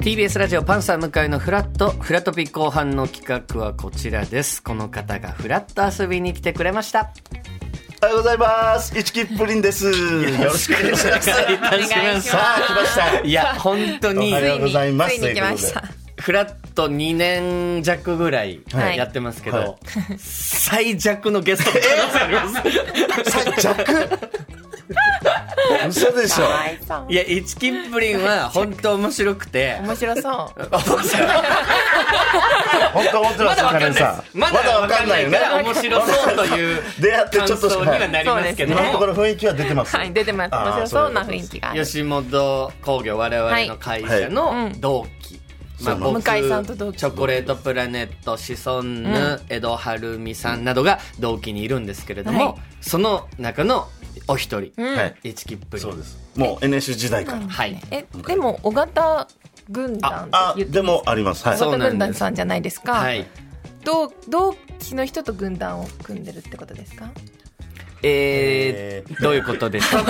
TBS ラジオパンサー向井のフラットピ後半の企画はこちらです。この方がフラット遊びに来てくれました。 おはようございます。一木プリンです。よろしくお願いします。 お願いいたします。 さあ来ました。 いや本当におはようございます。 ついに来ました。 フラット2年弱ぐらいやってますけど、 はい、 最弱のゲストの可能性あります。 最弱嘘でしょ。 いや一木プリンは本当面白くて面白そう本当思ってます。カレンさんまだわかんないよね。 面白そうという出会ってちょっと感想にはなりますけど、 今のところ雰囲気は出てます。 はい、出てます。面白そうな雰囲気がある。 吉本興業我々の会社の同期、僕向井さんと同期、 チョコレートプラネット、シソンヌ、江戸晴美さんなどが同期にいるんですけれども、その中のお一人、一木プリン。 そうです。もう NSC 時代から。 はい。 でも尾形軍団って言ってでもあります。はい。 尾形軍団さんじゃないですか。 はい。 同期の人と軍団を組んでるってことですか？ どういうことですか？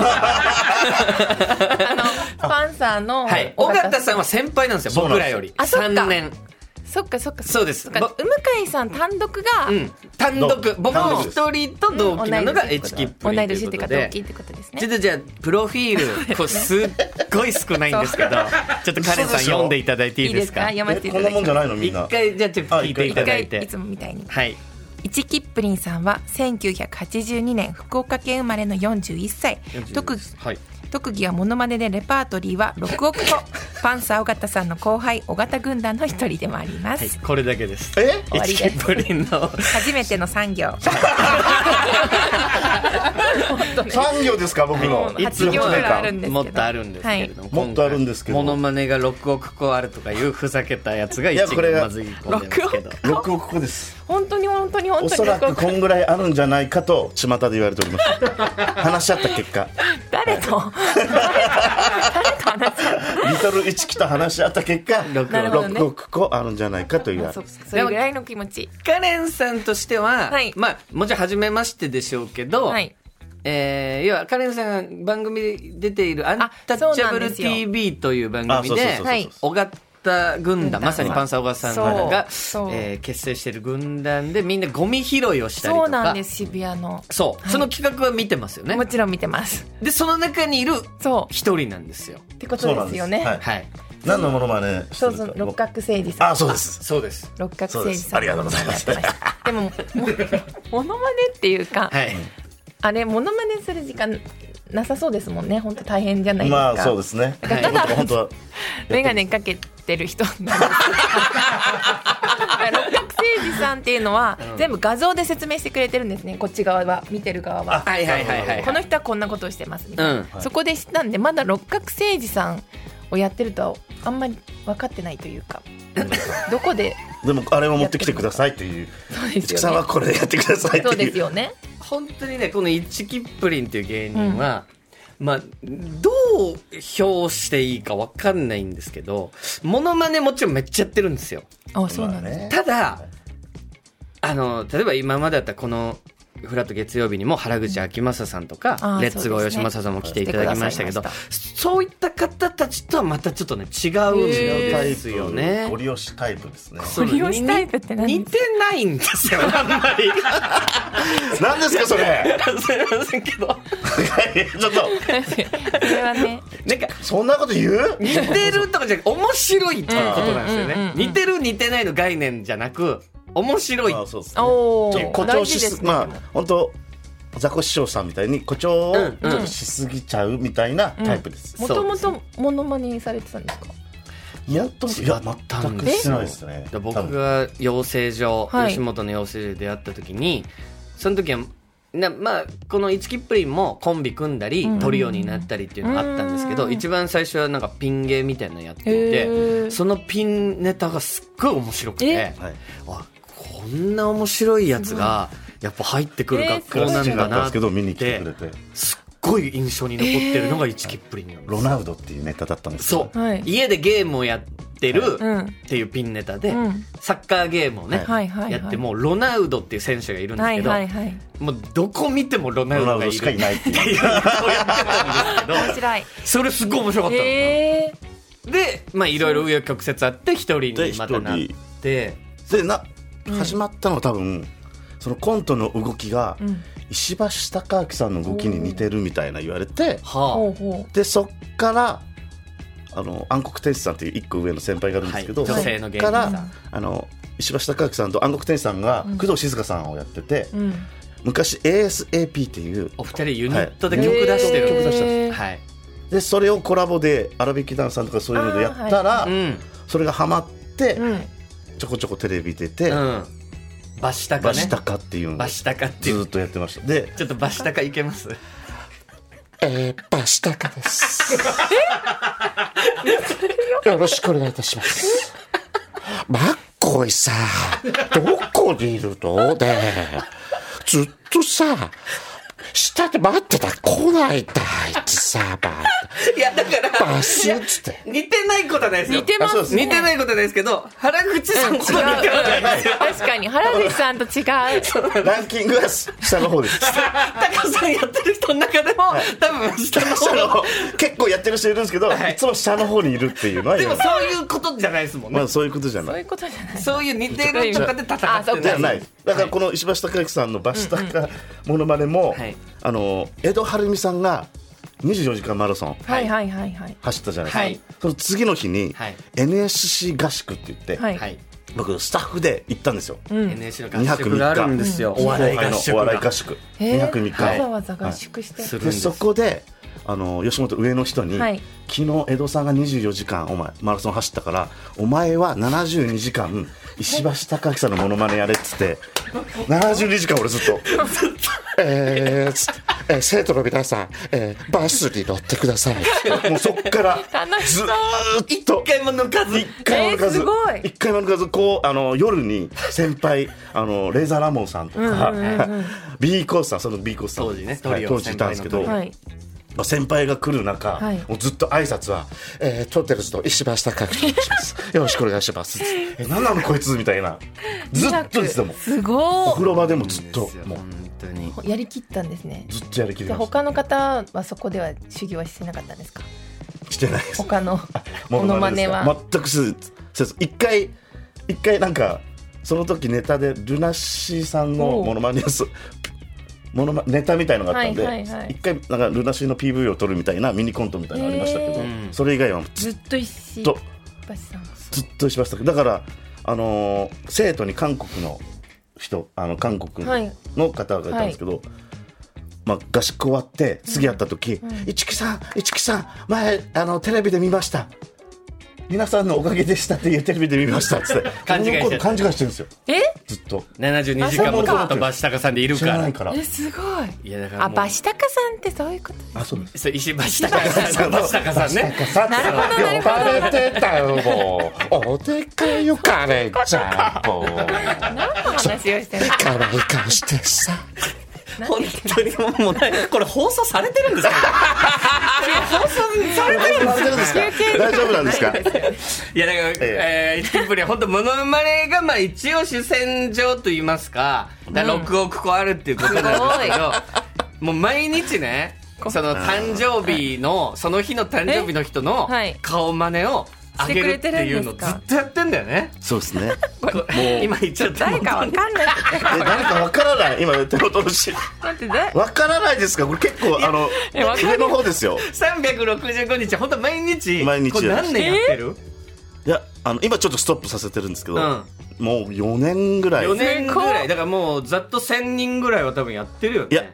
パンサーの尾形さんは先輩なんですよ、僕らより3年。 そっか。 そうです。 向井さん単独が、 単独、僕一人と同期なのが一木プリンということで、 同い年っていうか同期ってことですね。 ちょっとじゃあプロフィールこうすっごい少ないんですけどちょっとカレンさん読んでいただいていいですか？ 読ませていたこんなだきます。 もんじゃないのみんな。 一回じゃあちょっと聞いていただいて。 いつもみたいに。 はい。 一木プリンさんは1982年福岡県生まれの41歳。特技はモノマネでレパートリーは6億個。パンサー尾形さんの後輩尾形軍団の一人でもあります、 はい、これだけです。 終わりです。 一木プリンの初めての産業産業ですか？僕の 8行ぐらいあるんですけど、 もっとあるんですけれども、 もっとあるんですけど、 モノマネが6億個あるとかいうふざけたやつが一木まずい込んでますけど、 6億個です。 本当におそらくこんぐらいあるんじゃないかと巷で言われております話し合った結果、 誰と話し合ったリトル一木と話し合った結果、6億個あるんじゃないかと言われる。 それぐらいの気持ち。 カレンさんとしては、まあもちろん初めましてでしょうけど、要はカレンさんが番組で出ているアンタッチャブル TV という番組で尾形軍団、まさにパンサー尾形さんが結成している軍団でみんなゴミ拾いをしたりとか。 そうなんです。渋谷のその企画は見てますよね。 もちろん見てます。 でその中にいる一人なんですよ。 ってことですよね。 はい。何のものまねしてるか。 そう六角誠治さん。 あ、そうです。 六角誠治さん。 ありがとうございます。 でもモノマネっていうか、あれモノマネする時間なさそうですもんね。本当大変じゃないですか。 まあそうですね。 ただ本当はメガネかけてる人なんです。六角誠治さんっていうのは全部画像で説明してくれてるんですね。こっち側は、見てる側は。この人はこんなことをしてますみたいな。そこで知ったんで、まだ六角誠治さんをやってるとはあんまり分かってないというか、どこででもあれを持ってきてくださいっていう。市木さんはこれでやってくださいっていう。 そうですよね。 本当にね、この一木プリンっていう芸人は、まあどう評していいか分かんないんですけど、モノマネもちろんめっちゃやってるんですよ。 あ、そうなんです。 ただ例えば今までだったらこのフラット月曜日にも原口あきまささんとか、レッツゴー吉正さんも来ていただきましたけど、そういった方たちとはまたちょっとね違うんですよね。 ゴリ押しタイプですね。 ゴリ押しタイプって何？ 似てないんですよ、あんまり。 何ですかそれ。 すいませんけど。 ちょっと。 それはね。 なんかそんなこと言う？ 似てるとかじゃなくて面白いっていうことなんですよね。似てる似てないの概念じゃなく。面白い。 そうですね。誇張しまあ本当ザコシショウさんみたいに誇張をちょっとしすぎちゃうみたいなタイプです。 もともとモノマネされてたんですか？ いや全くしてないですね。 僕が養成所、吉本の養成所で出会った時に、その時はまあこの一木プリンもコンビ組んだりトリオになったりっていうのがあったんですけど、一番最初はなんかピン芸みたいなのやっていて、そのピンネタがすっごい面白くて、こんな面白いやつがやっぱ入ってくる学校なんだなってすっごい印象に残ってるのが一木プリンなんです。 ロナウドっていうネタだったんですよ。 そう、家でゲームをやってるっていうピンネタで、サッカーゲームをねやって、もうロナウドっていう選手がいるんですけど、もうどこ見てもロナウドがいるしかいないっていうのをやってたんですけど、それすごい面白かったの。 でまあいろいろ紆余曲折あって一人にまたなって始まったのは多分そのコントの動きが石橋貴明さんの動きに似てるみたいな言われて、でそっから暗黒天使さんっていう1個上の先輩がいるんですけど、 女性の芸人さんそっから石橋貴明さんと暗黒天使さんが工藤静香さんをやってて、昔 ASAP っていうお二人ユニットで曲出してる、 曲出したんです、はい、でそれをコラボで荒引き団さんとかそういうのでやったら、それがハマって、ちょこちょこテレビ出て、 バシタカね、 バシタカっていうのをずっとやってました。でちょっとバシタカいけます？ バシタカですよろしくお願いいたしますマッコイさどこにいるのねずっとさ下で待ってたら来ないんだあいつさいやだからバスっつって似てないことはないですよ。 似てますね。 似てないことはないですけど原口さんと似てないですよ。 確かに原口さんと違うランキングは下の方です高さんやってる人の中でも、多分下の方結構やってる人いるんですけど、いつも下の方にいるっていうのはでもそういうことじゃないですもんね。 まあそういうことじゃない、 そういうことじゃない、 そういう似てるとかで戦ってない。 だからこの石橋貴明さんのバシタカモノマネも、江戸晴美さんが24時間マラソン走ったじゃないですか、その次の日に NSC 合宿って言って、僕スタッフで行ったんですよ、 NSC の合宿があるんですよ、お笑い合宿 2泊3日わざわざ合宿して、 でそこで吉本上の人に、昨日江戸さんが24時間お前マラソン走ったからお前は72時間石橋貴明さんのモノマネやれっつって72時間俺ずっと生徒の皆さん、バスに乗ってくださいもうそっからずっと一回も抜かず一回も抜かずこう夜に先輩レーザーラモンさんとかB コースさん、その B コースさん当時ね、当時いたんですけど、先輩が来る中、もうずっと挨拶は、トンテルズの石橋貴明と申しますよろしくお願いします何なのこいつみたいなずっとですもすごいお風呂場でもずっともう本当にやりきったんですね。 ずっとやりきりました。 他の方はそこでは修行はしてなかったんですか？ してないです。 他のモノマネは全くせず一回なんかその時ネタでルナシーさんのモノマネネタみたいのがあったんで、一回なんかルナシーの PV を撮るみたいなミニコントみたいなのありましたけど、それ以外はずっと石橋さんだから生徒に韓国の人韓国の方がいたんですけど、合宿終わって次会った時、市木さん前テレビで見ました皆さんのおかげでしたっていうテレビで見ましたっつって勘違いしてるんですよ。ずっと 72時間もずっとバシタカさんでいるから。 すごい。 いやだからバシタカさんってそういうこと。 そうです。 石橋タカさんバシタカさんね。 なるほど呼ばれてたよもう。おでかいよカレンちゃんもう。 何の話をしてるの？ 可愛い顔してさ。 本当にもうこれ放送されてるんですか？放送されてるんですか？ 大丈夫なんですか？ いやだから一キプリは本当モノマネが一応主戦場と言いますか、6億個あるっていうことなんですけど、もう毎日ねその誕生日のその日の誕生日の人の顔真似をあげるっていうのずっとやってんだよね。 そうですね。もう今言っちゃった誰かわかんない誰かわからない今手元のシわからないですか？これ結構上の方ですよ。 365日本当毎日これ何年やってる？ いや今ちょっとストップさせてるんですけど、もう4年ぐらいだからもうざっと1000人ぐらいは多分やってるよね。 いや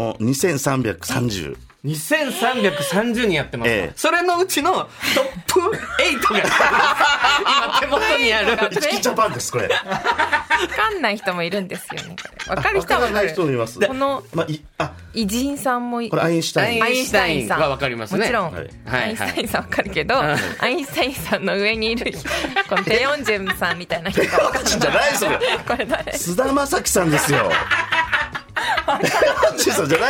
2330 2330人やってます、それのうちのトップ8が今手元にある一木ジャパンですこれ。 分かんない人もいるんですよね。分かる人は分かる。この偉人さんもこれアインシュタインさんは分かりますね。 もちろん、アインシュタインさん分かるけど、アインシュタインさんの上にいるこのテヨンジュンさんみたいな人が分かんない。 じゃないですよ。 これ誰？ 菅田将暉さんですよ。テヨンジュンさんじゃない。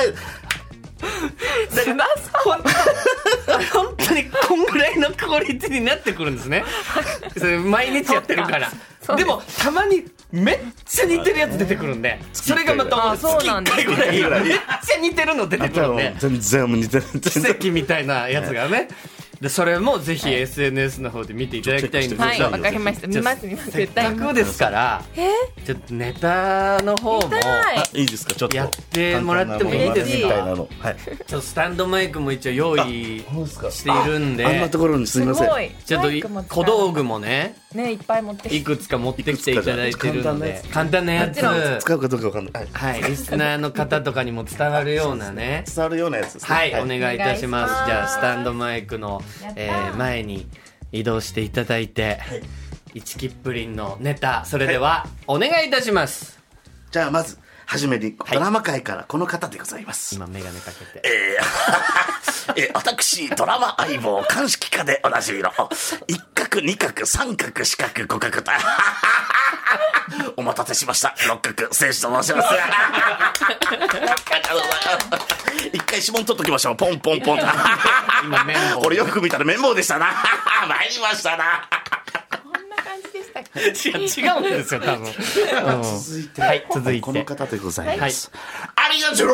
本当にこんぐらいのクオリティになってくるんですね。それ毎日やってるから。でもたまにめっちゃ似てるやつ出てくるんで、それがまた月1回ぐらいめっちゃ似てるの出てくるんで、 全然似てる奇跡みたいなやつがねでそれもぜひ SNS の方で見ていただきたいんですはい、わかりました。見ますせっかくですからちょっとネタの方もいいですか、ちょっとやってもらってもいいですか。 みたいなの、はい、 ちょっとスタンドマイクも一応用意しているんで、 あんなところにすみません。 ちょっと小道具もねいっぱい持っていくつか持ってきていただいてるので、簡単なやつ使うかどうかわかんない。 はい、リスナーの方とかにも伝わるようなね、 伝わるようなやつですね。 はい、お願いいたします。じゃあスタンドマイクの前に移動していただいて、一キップリンのネタ、それではお願いいたします。 じゃあまずはじめにドラマ界からこの方でございます。 今メガネかけて私ドラマ相棒鑑識家でおなじみの一角二角三角四角五角とお待たせしました、六角選手と申します。一回指紋取っときましょう。ポンポンポン。 今綿棒、 これよく見たら綿棒でしたな。参りましたな。 違うんですよ多分。 続いて、はい、続いてこの方でございます。ありがとう。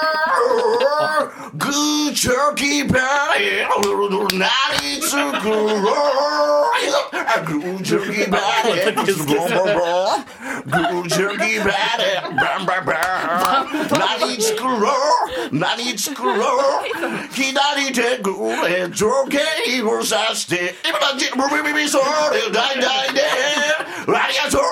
グーチョキパイ何作ろう。グーチョキパイボンボンボン。グーチョキパイバンバンバン。何作ろう何作ろう。左手グーで時計を刺して今だけブビビビそれ大々で。ありがとう。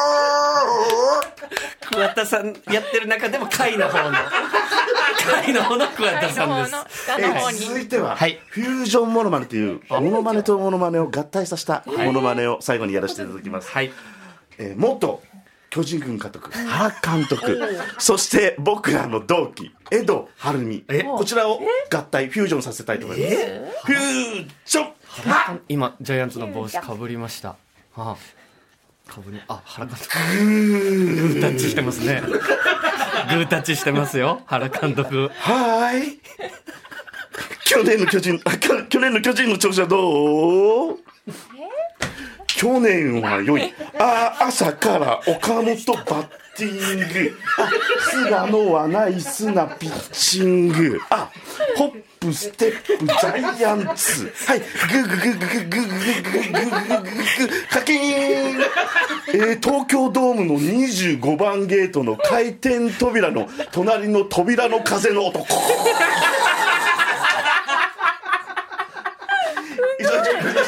桑田さんやってる中でも貝の方の桑田さんです。 続いては、フュージョンモノマネというモノマネとモノマネを合体させたモノマネを最後にやらせていただきます。はい、元巨人軍監督原監督、そして僕らの同期江戸晴美、こちらを合体フュージョンさせたいと思います。フュージョン。 今ジャイアンツの帽子かぶりました。原監督グータッチしてますね。グータッチしてますよ原監督。 はい。去年の巨人の調子はどう？去年は良い。朝から岡本バッティング。菅野はナイスなピッチング。ホップステップジャイアンツ。はい。グーグーグーグーグーグーグーグーグーカキーン。東京ドームの25番ゲートの回転扉の隣の扉の風の音。以上10分でした。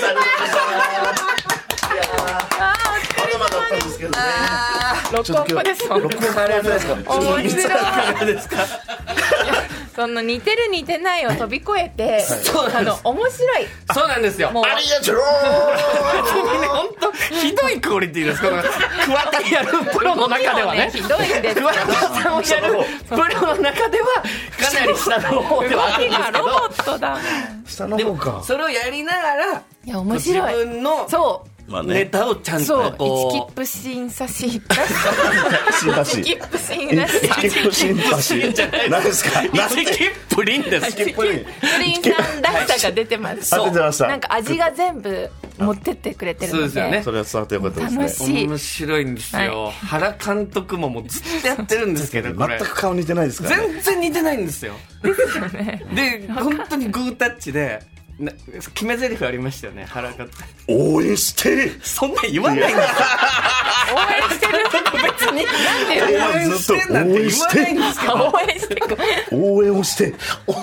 録音ですもん。 録音ありがとうございます。 面白いですか。その似てる似てないを飛び越えて、面白い。 そうなんですよ。 ありがとう。 本当ひどいクオリティです。桑田やるプロの中ではね。 ひどいです。 桑田さんをやるプロの中ではかなり下の方ではあるんですけど。 ロボットだ。 下の方か。 それをやりながら、 面白い。 自分のネタをちゃんとこう。1キップ審査シーン。1キップ審査シーン。 何ですか。 1キップリンです。 プリンさんらしさが出てます。 出てました。 なんか味が全部持ってってくれてるので。 そうですよね。 それは伝わってよかったですね。 楽しい。 面白いんですよ。原監督ももうずっとやってるんですけど、これ全く顔似てないですからね。 全然似てないんですよ。 ですよね。 で本当にグータッチで。決め台詞ありましたよね。原監督応援してそんな言わないんですよ。 応援してる別になんで応援してんなんて言わないんですけど、 応援をして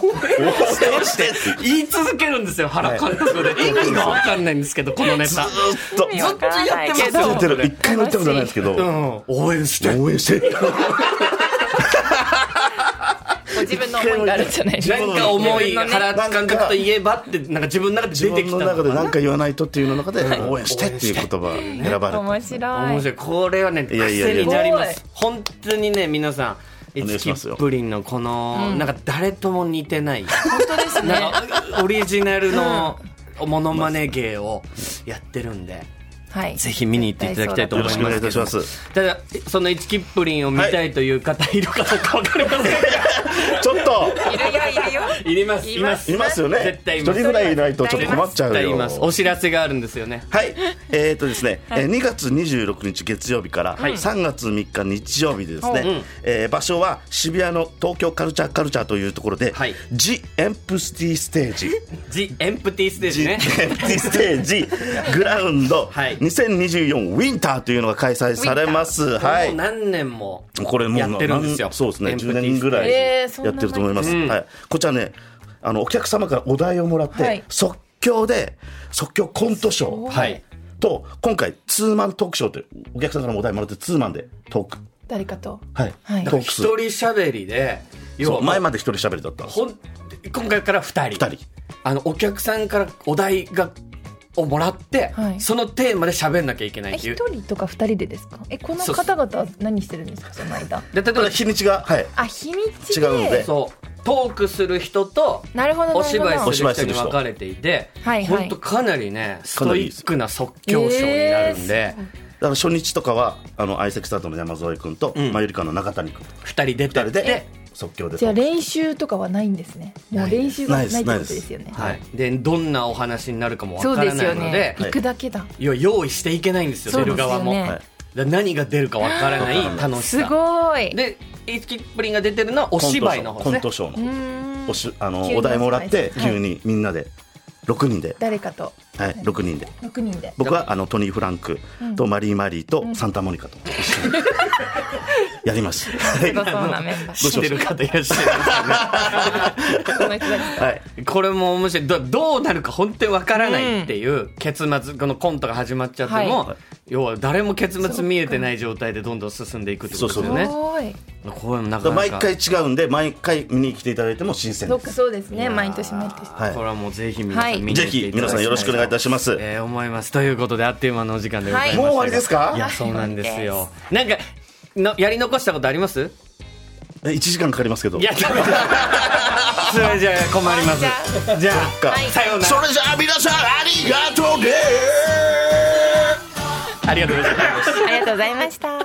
言い続けるんですよ原監督で。意味が分かんないんですけどこのネタずっとやってますよ。 一回も言ったことないですけど、 応援して自分の思いがあるんじゃないですか。 なんか思い、原監督といえばってなんか自分の中で出てきたのかな。 自分の中で何か言わないとっていうの中で応援してっていう言葉選ばれて、 面白い。 これはね癖になります。本当にね皆さん1キップリンのこのなんか誰とも似てない本当ですね。 オリジナルのモノマネ芸をやってるんで、 ぜひ見に行っていただきたいと思います。 よろしくお願いいたします。 ただそのイチキップリンを見たいという方いるかどうか分かりませんちょっといりますいますよね。 絶対います。 一人ぐらいいないとちょっと困っちゃうよ。 お知らせがあるんですよね。 はい、ですね、2月26日月曜日から3月3日日曜日でですね、場所は渋谷の東京カルチャーというところで、ジ・エンプティステージジ・エンプティステージね、 ジ・エンプティステージグラウンド2024ウィンターというのが開催されます。 はい、もう何年もやってるんですよ。 そうですね、10年ぐらいやってると思います。はい、こちらね、お客様からお題をもらって、即興コントショーと、今回ツーマントークショーというお客さんからもお題もらってツーマンでトーク、 誰かと、 一人喋りで、 前まで一人喋りだったんです。 今回から2人お客さんからお題をもらって、そのテーマで喋んなきゃいけないっていう。 1人とか2人でですか？この方々は何してるんですか、その間で。例えば日にちが、 日にちで違うので、 そうトークする人とお芝居する人に分かれていて、本当かなりねストイックな即興ショーになるんで、 だから初日とかは相席スタートの山添君と、マユリカの中谷君 2人出て即興で。 じゃあ練習とかはないんですね。もう練習がないってことですよね。 でどんなお話になるかもわからないので、 行くだけだ。 用意していけないんですよ、出る側も。何が出るかわからない楽しさ。 すごい。 でイチキップリンが出てるのはお芝居の方ですね。 コントショーのお題もらって急にみんなで6人で、 誰かと、 6人で僕はトニー・フランクとマリーとサンタモニカと一緒にやります。 すごそうなメンバー。 知ってる方いらっしゃいますね。これも面白い。どうなるか本当にわからないっていう結末、このコントが始まっちゃっても、要は誰も結末見えてない状態でどんどん進んでいくってことですよね。これもなかなか毎回違うんで、毎回見に来ていただいても新鮮です。 そうですね、毎年毎年。 これはもうぜひ皆さん見に来ていただきたい。 ぜひ皆さんよろしくお願いいたします。 思います。ということであっという間のお時間でございます。 もう終わりですか？ いや、そうなんですよ。なんかやり残したことあります？ 1時間かかりますけど。 いや、ダメだ。それじゃ困ります。じゃあ、さようなら。 それじゃあ皆さんありがとうね。 ありがとうございました。 ありがとうございました。